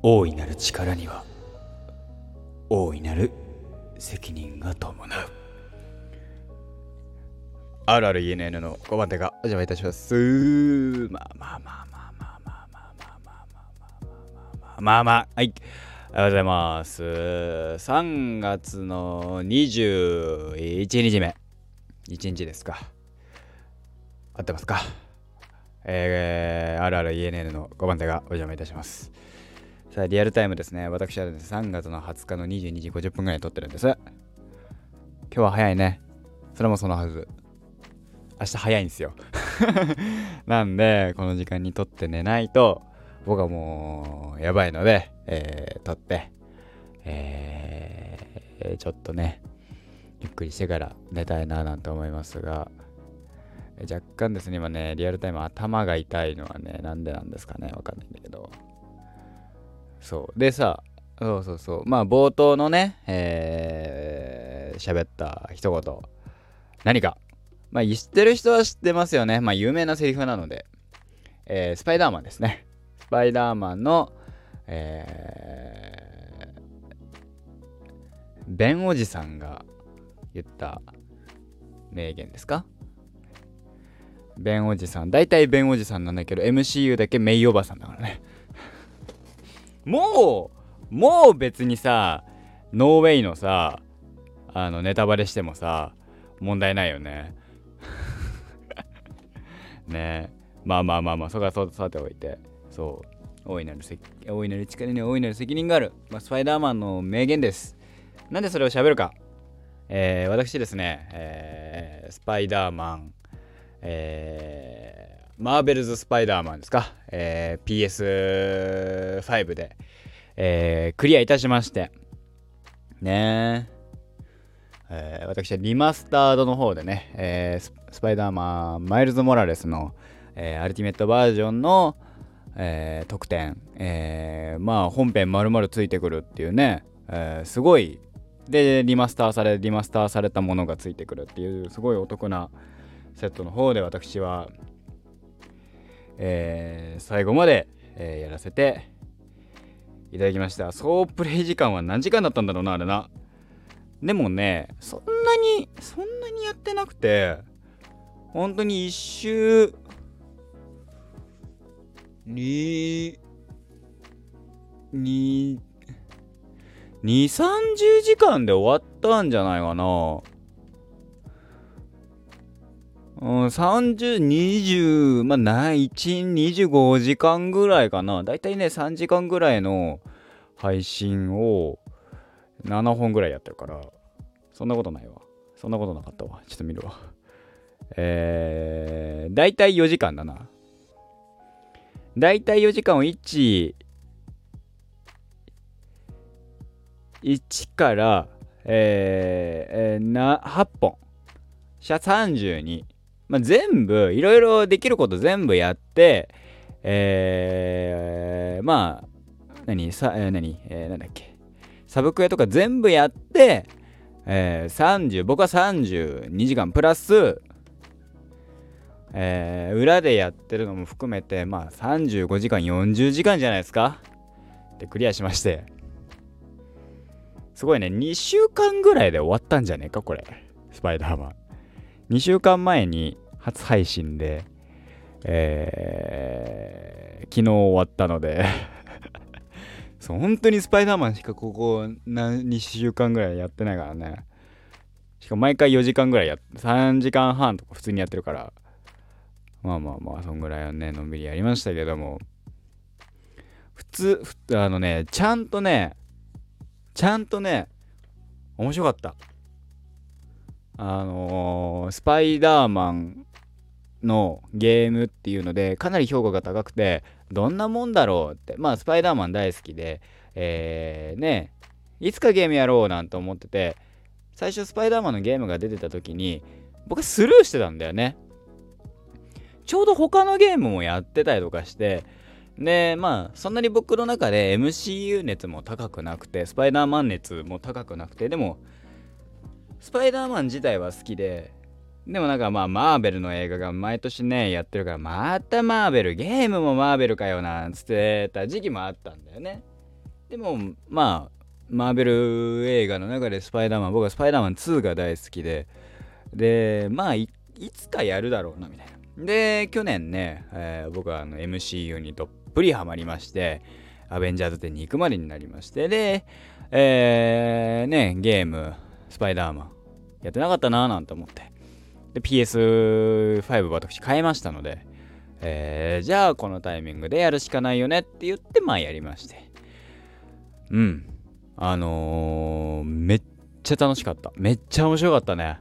大いなる力には大いなる責任が伴う。あるある ENN の5番手がお邪魔いたします。はい、おはようございます。3月の21日目、1日ですか。合ってますか。あるある ENN の5番手がお邪魔いたします。さあ、リアルタイムですね。私はですね、3月の20日の22時50分ぐらいに撮ってるんです。今日は早いね。それもそのはず。明日早いんですよ。なんで、この時間に撮って寝ないと、僕はもうやばいので、撮って、ちょっとね、ゆっくりしてから寝たいななんて思いますが、若干ですね、今ね、リアルタイム頭が痛いのはね、なんでなんですかね、わかんないんだけど。そう。でさ、まあ、冒頭のね、喋った一言。何か。まあ、知ってる人は知ってますよね。まあ、有名なセリフなので。スパイダーマンですね。スパイダーマンの、ベンおじさんが言った名言ですか。ベンおじさん。大体ベンおじさんなんだけど、MCU だけメイおばさんだからね。もう別にさ、ノーウェイのさ、ネタバレしてもさ、問題ないよね。ねえ。まあ、そこはさておいて、そう。大いなる力には大いなる責任がある。まあ、スパイダーマンの名言です。なんでそれを喋るか。私ですね、スパイダーマン、マーベルズスパイダーマンですか、PS5 で、クリアいたしましてね私はリマスタードの方でね、スパイダーマンマイルズ・モラレスの、アルティメットバージョンの、特典、まあ本編丸々ついてくるっていうね、すごいでリマスターされたものがついてくるっていうすごいお得なセットの方で私は、最後まで、やらせていただきました。総プレイ時間は何時間だったんだろうな、あれな。でもね、そんなにやってなくて、本当に一周2、30時間で終わったんじゃないかな。30、20、まあ、25時間ぐらいかな。だいたいね、3時間ぐらいの配信を7本ぐらいやってるから、そんなことないわ。そんなことなかったわ。ちょっと見るわ。だいたい4時間だな。だいたい4時間を1から、8本。32。まあ、全部、いろいろできること全部やって、まあ、なんだっけ。サブクエとか全部やって、僕は32時間プラス、裏でやってるのも含めて、まあ35時間、40時間じゃないですか。で、クリアしまして。すごいね、2週間ぐらいで終わったんじゃねえか、これ。スパイダーマン。2週間前に初配信で、昨日終わったのでそう、本当にスパイダーマンしかここ2週間ぐらいやってないからね。しかも毎回4時間ぐらい3時間半とか普通にやってるから、まあ、そんぐらいはね、のんびりやりましたけども、ちゃんとね、面白かった。スパイダーマンのゲームっていうのでかなり評価が高くて、どんなもんだろうって、まあスパイダーマン大好きで、いつかゲームやろうなんて思ってて、最初スパイダーマンのゲームが出てた時に僕はスルーしてたんだよね。ちょうど他のゲームもやってたりとかして、でまあそんなに僕の中で MCU 熱も高くなくて、スパイダーマン熱も高くなくて、でもスパイダーマン自体は好きで、でもなんかまあマーベルの映画が毎年ねやってるから、またマーベル、ゲームもマーベルかよなんつってた時期もあったんだよね。 でもまあマーベル映画の中で僕はスパイダーマン2が大好きでまあいつかやるだろうなみたいな。で去年ね、僕はMCU にどっぷりハマりまして、アベンジャーズ10に行くまでになりまして、でゲームスパイダーマンやってなかったなーなんて思って、で PS5 私買いましたので、じゃあこのタイミングでやるしかないよねって言ってまあやりまして、めっちゃ楽しかった。めっちゃ面白かったね。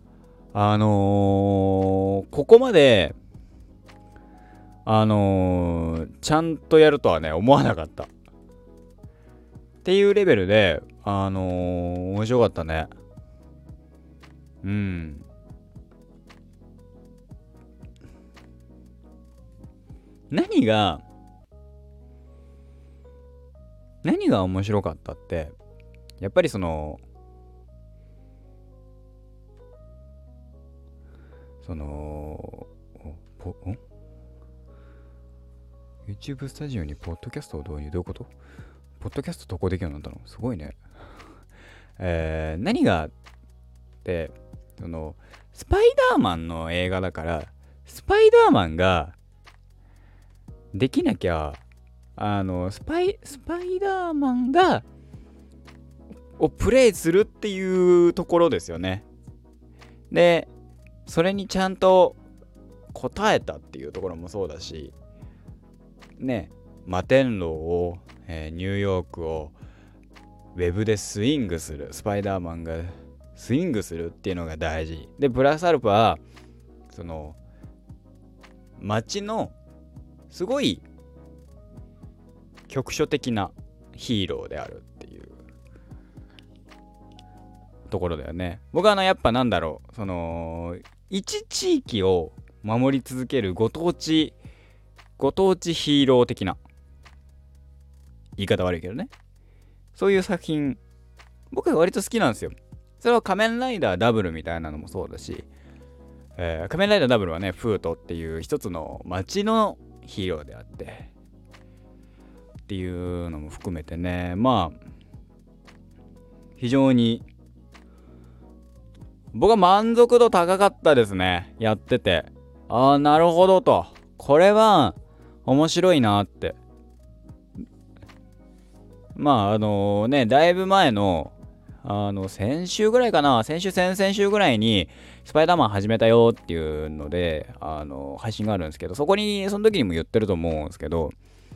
ここまでちゃんとやるとはね思わなかったっていうレベルで面白かったね。何が面白かったって、やっぱりYouTube スタジオにポッドキャストを導入、どういうこと？ポッドキャスト投稿できるようになったのすごいね。何がってスパイダーマンの映画だから、スパイダーマンができなきゃスパイダーマンをプレイするっていうところですよね。でそれにちゃんと応えたっていうところもそうだしね、摩天楼を、ニューヨークをウェブでスイングする、スパイダーマンがスイングするっていうのが大事で、プラスアルファ街のすごい局所的なヒーローであるっていうところだよね。僕はやっぱ一地域を守り続けるご当地ヒーロー的な、言い方悪いけどね、そういう作品僕は割と好きなんですよ。それは仮面ライダーダブルみたいなのもそうだし、仮面ライダーダブルはねフートっていう一つの街のヒーローであってっていうのも含めてね、まあ非常に僕は満足度高かったですね。やってて、なるほどと、これは面白いなって。まあだいぶ前の先週ぐらいかな、先々週ぐらいにスパイダーマン始めたよっていうので配信があるんですけど、その時にも言ってると思うんですけど、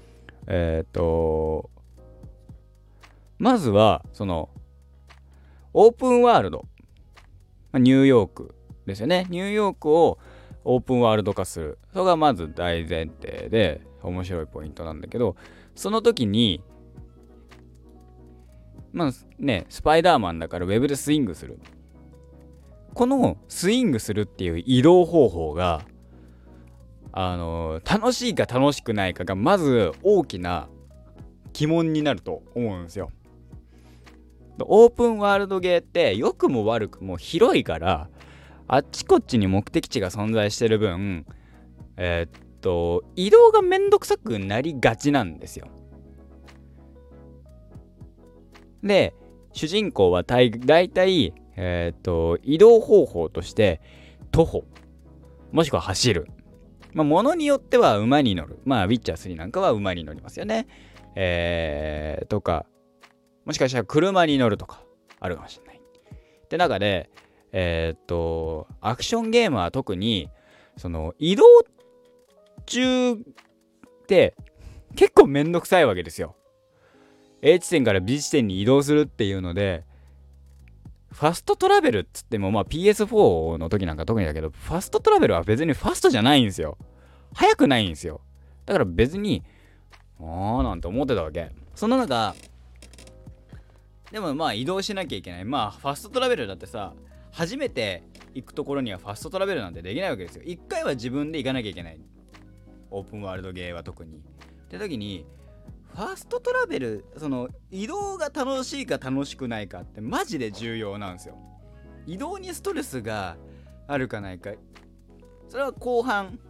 まずはオープンワールド、ニューヨークですよね。ニューヨークをオープンワールド化する、それがまず大前提で面白いポイントなんだけど、その時にまあね、スパイダーマンだからウェブでスイングする、このスイングするっていう移動方法が楽しいか楽しくないかがまず大きな疑問になると思うんですよ。オープンワールドゲーって良くも悪くも広いから、あっちこっちに目的地が存在してる分移動がめんどくさくなりがちなんですよ。で主人公はだいたい移動方法として徒歩もしくは走る、ものによっては馬に乗る、ウィッチャー3なんかは馬に乗りますよね、とかもしかしたら車に乗るとかあるかもしれない。って中でアクションゲームは特に移動中って結構めんどくさいわけですよ。A 地点から B 地点に移動するっていうので、ファストトラベルっつってもPS4 の時なんか特にだけど、ファストトラベルは別にファストじゃないんですよ。早くないんですよ。だから別になんて思ってたわけ。その中でも移動しなきゃいけない。ファストトラベルだってさ、初めて行くところにはファストトラベルなんてできないわけですよ。一回は自分で行かなきゃいけない。オープンワールドゲーは特に。って時にファーストトラベル、移動が楽しいか楽しくないかってマジで重要なんですよ。移動にストレスがあるかないか、それは後半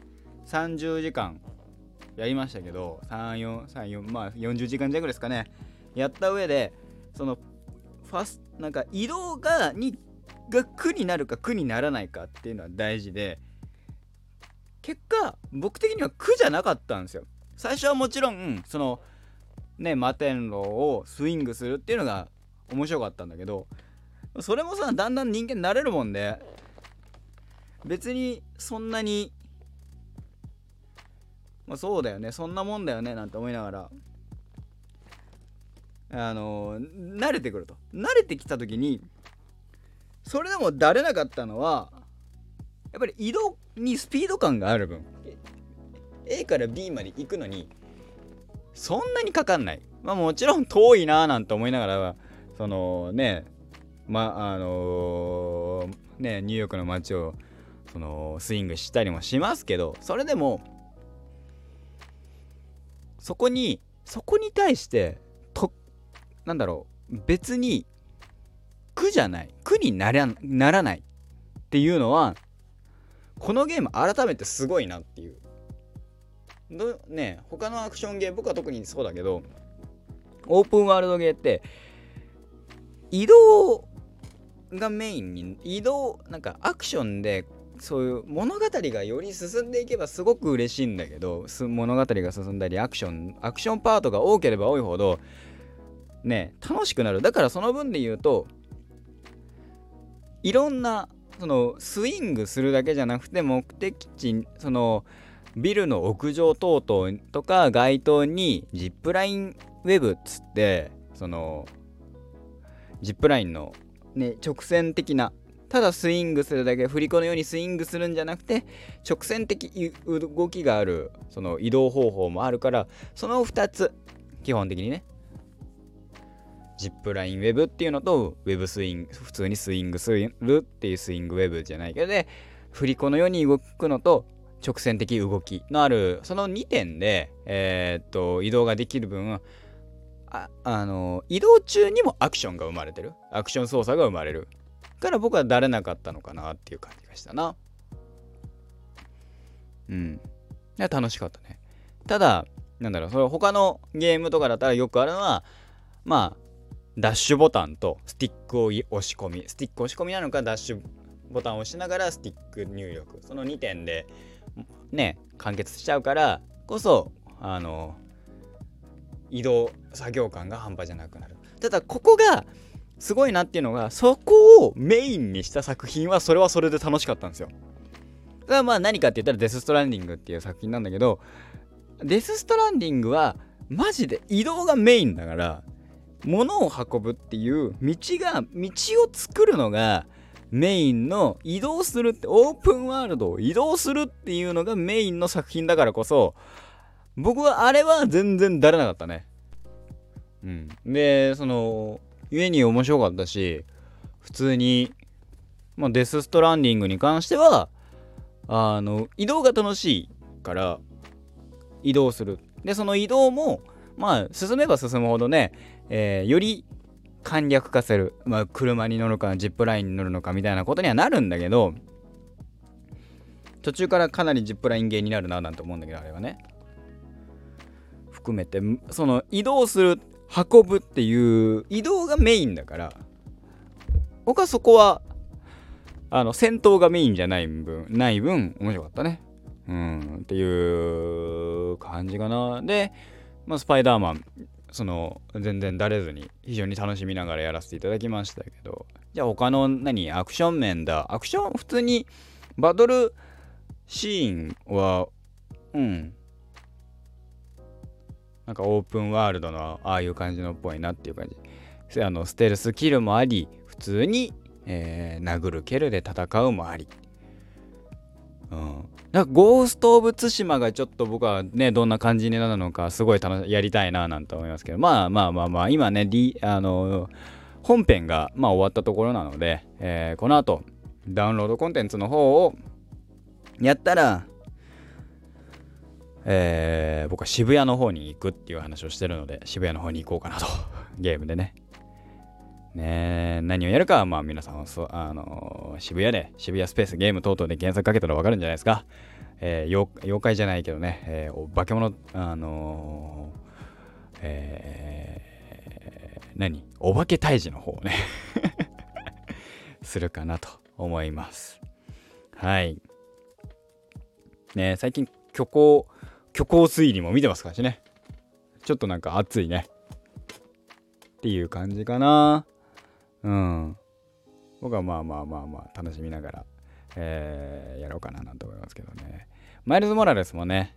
30時間やりましたけど、40時間弱ですかね。 やった上でそのなんか移動が苦になるか苦にならないかっていうのは大事で、結果僕的には苦じゃなかったんですよ。最初はもちろんそのね摩天楼をスイングするっていうのが面白かったんだけど、それもさだんだん人間慣れるもんで、別にそんなにそうだよね、そんなもんだよねなんて思いながら慣れてくると、慣れてきた時にそれでもだれなかったのはやっぱり移動にスピード感がある分、 A から B まで行くのにそんなにかかんない。もちろん遠いなーなんて思いながらそのねニューヨークの街をスイングしたりもしますけど、それでもそこに対してなんだろう、別に苦じゃない、苦にならないっていうのはこのゲーム改めてすごいなっていう。他のアクションゲーム、僕は特にそうだけど、オープンワールドゲーって移動がメインに、なんかアクションでそういう物語がより進んでいけばすごく嬉しいんだけど、物語が進んだりアクションパートが多ければ多いほどね楽しくなる。だからその分で言うと、いろんなスイングするだけじゃなくて、目的地ビルの屋上等々とか街灯にジップラインウェブっつって、ジップラインのね直線的な、ただスイングするだけ、振り子のようにスイングするんじゃなくて直線的動きがある移動方法もあるから、その2つ基本的にね、ジップラインウェブっていうのとウェブスイング、普通にスイングするっていうスイングウェブじゃないけどで、振り子のように動くのと直線的動きのあるその2点で移動ができる分、移動中にもアクションが生まれてる、アクション操作が生まれるから、僕はだれなかったのかなっていう感じがしたな。楽しかったね。ただそれ他のゲームとかだったらよくあるのは、ダッシュボタンとスティックを押し込みなのか、ダッシュボタンを押しながらスティック入力、その2点でね完結しちゃうからこそ移動作業感が半端じゃなくなる。ただここがすごいなっていうのが、そこをメインにした作品はそれはそれで楽しかったんですよ。だから何かって言ったらデスストランディングっていう作品なんだけど、デスストランディングはマジで移動がメインだから、物を運ぶっていう道を作るのがメインの、移動するって、オープンワールドを移動するっていうのがメインの作品だからこそ、僕はあれは全然だれなかったね。で故に面白かったし、普通にデスストランディングに関しては移動が楽しいから移動する。でその移動も進めば進むほどね、より簡略化する、車に乗るかジップラインに乗るのかみたいなことにはなるんだけど、途中からかなりジップラインゲーになるななんて思うんだけど、あれはね含めて移動する、運ぶっていう移動がメインだから、僕はそこは戦闘がメインじゃない分面白かったね。っていう感じかな。で、スパイダーマン全然だれずに非常に楽しみながらやらせていただきましたけど、じゃあ他のアクション面だ、アクション普通にバトルシーンはなんかオープンワールドのああいう感じのっぽいなっていう感じ。ステルスキルもあり、普通に、殴る蹴るで戦うもあり、なんかゴースト・オブ・ツシマがちょっと僕はねどんな感じになるのかすごいやりたいななんて思いますけど、今ね、本編が終わったところなので、この後ダウンロードコンテンツの方をやったら、僕は渋谷の方に行くっていう話をしてるので、渋谷の方に行こうかなとゲームでね何をやるかは皆さんは渋谷スペースゲーム等々で検索かけたら分かるんじゃないですか。妖怪じゃないけどね、化け物お化け退治の方をねするかなと思います。はい。ね、最近虚構推理も見てますからしね。ちょっとなんか熱いねっていう感じかな。僕はまあ楽しみながら、やろうかななんて思いますけどね。マイルズ・モラレスもね、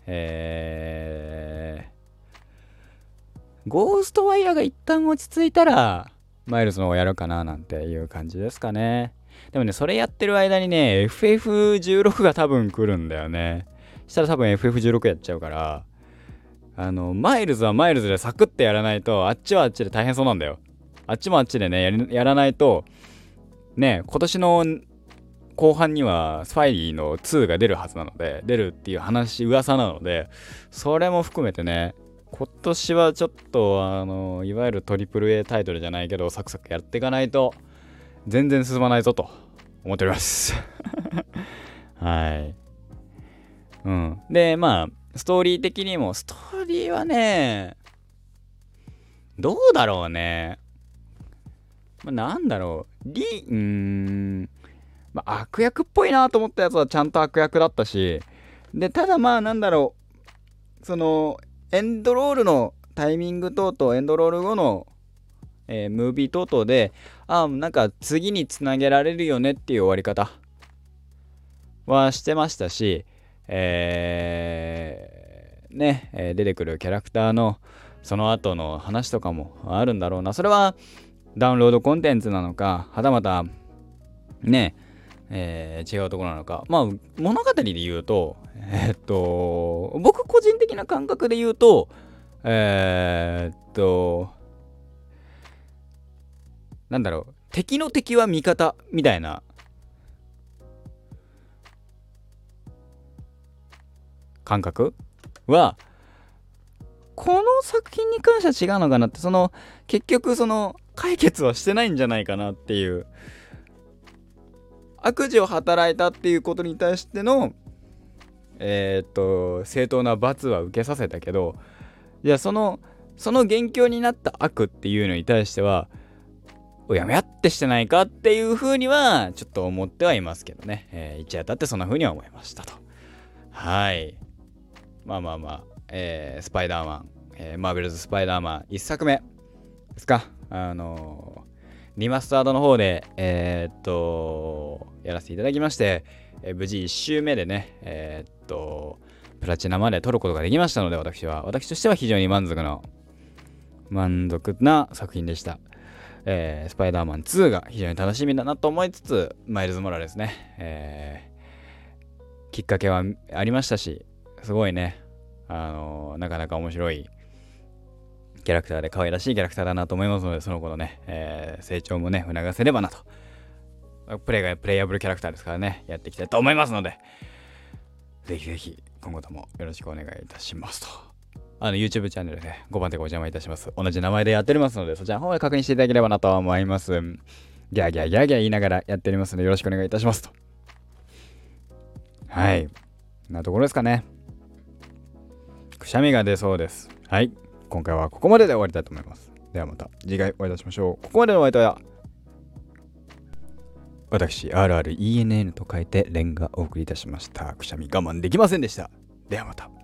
ゴーストワイヤーが一旦落ち着いたらマイルズの方やるかななんていう感じですかね。でもね、それやってる間にね FF16 が多分来るんだよね。したら多分 FF16 やっちゃうから、マイルズはマイルズでサクッてやらないと、あっちはあっちで大変そうなんだよ。あっちもあっちでねやらないとね、今年の後半にはスパイリーの2が出るはずなので、出るっていう噂なので、それも含めてね、今年はちょっといわゆる AAA タイトルじゃないけどサクサクやっていかないと全然進まないぞと思っておりますはい。でまあストーリー的にも、ストーリーはねどうだろうね。なんだろう、悪役っぽいなと思ったやつはちゃんと悪役だったし、でただなんだろう、そのエンドロールのタイミング等々、エンドロール後の、ムービー等々で、なんか次につなげられるよねっていう終わり方はしてましたし、出てくるキャラクターのその後の話とかもあるんだろうな。それはダウンロードコンテンツなのか、はたまたね、違うところなのか。物語で言うと、僕個人的な感覚で言うと、なんだろう、敵の敵は味方みたいな感覚はこの作品に関しては違うのかなって、結局解決はしてないんじゃないかなっていう、悪事を働いたっていうことに対しての正当な罰は受けさせたけど、じゃあその元凶になった悪っていうのに対してはやめやってしてないかっていう風にはちょっと思ってはいますけどね、一夜経ってそんな風には思いましたと。はい。スパイダーマン、マーベルズスパイダーマン1作目ですか。リマスタードの方でやらせていただきまして、無事1周目でねプラチナまで取ることができましたので、私としては非常に満足な作品でした。スパイダーマン2が非常に楽しみだなと思いつつ、マイルズ・モラレスね、きっかけはありましたし、すごいね、なかなか面白いキャラクターで可愛らしいキャラクターだなと思いますので、その子のね、成長もね促せればなと。プレイヤブルキャラクターですからね、やっていきたいと思いますので、ぜひぜひ今後ともよろしくお願いいたしますと。YouTube チャンネルで5番手お邪魔いたします。同じ名前でやっておりますので、そちらの方で確認していただければなと思います。ギャーギャー言いながらやっておりますので、よろしくお願いいたしますと。はい。なところですかね。くしゃみが出そうです。はい。今回はここまでで終わりたいと思います。ではまた次回お会いいたしましょう。ここまでのお相手は私 RRENN と書いてレンがお送りいたしました。くしゃみ我慢できませんでした。ではまた。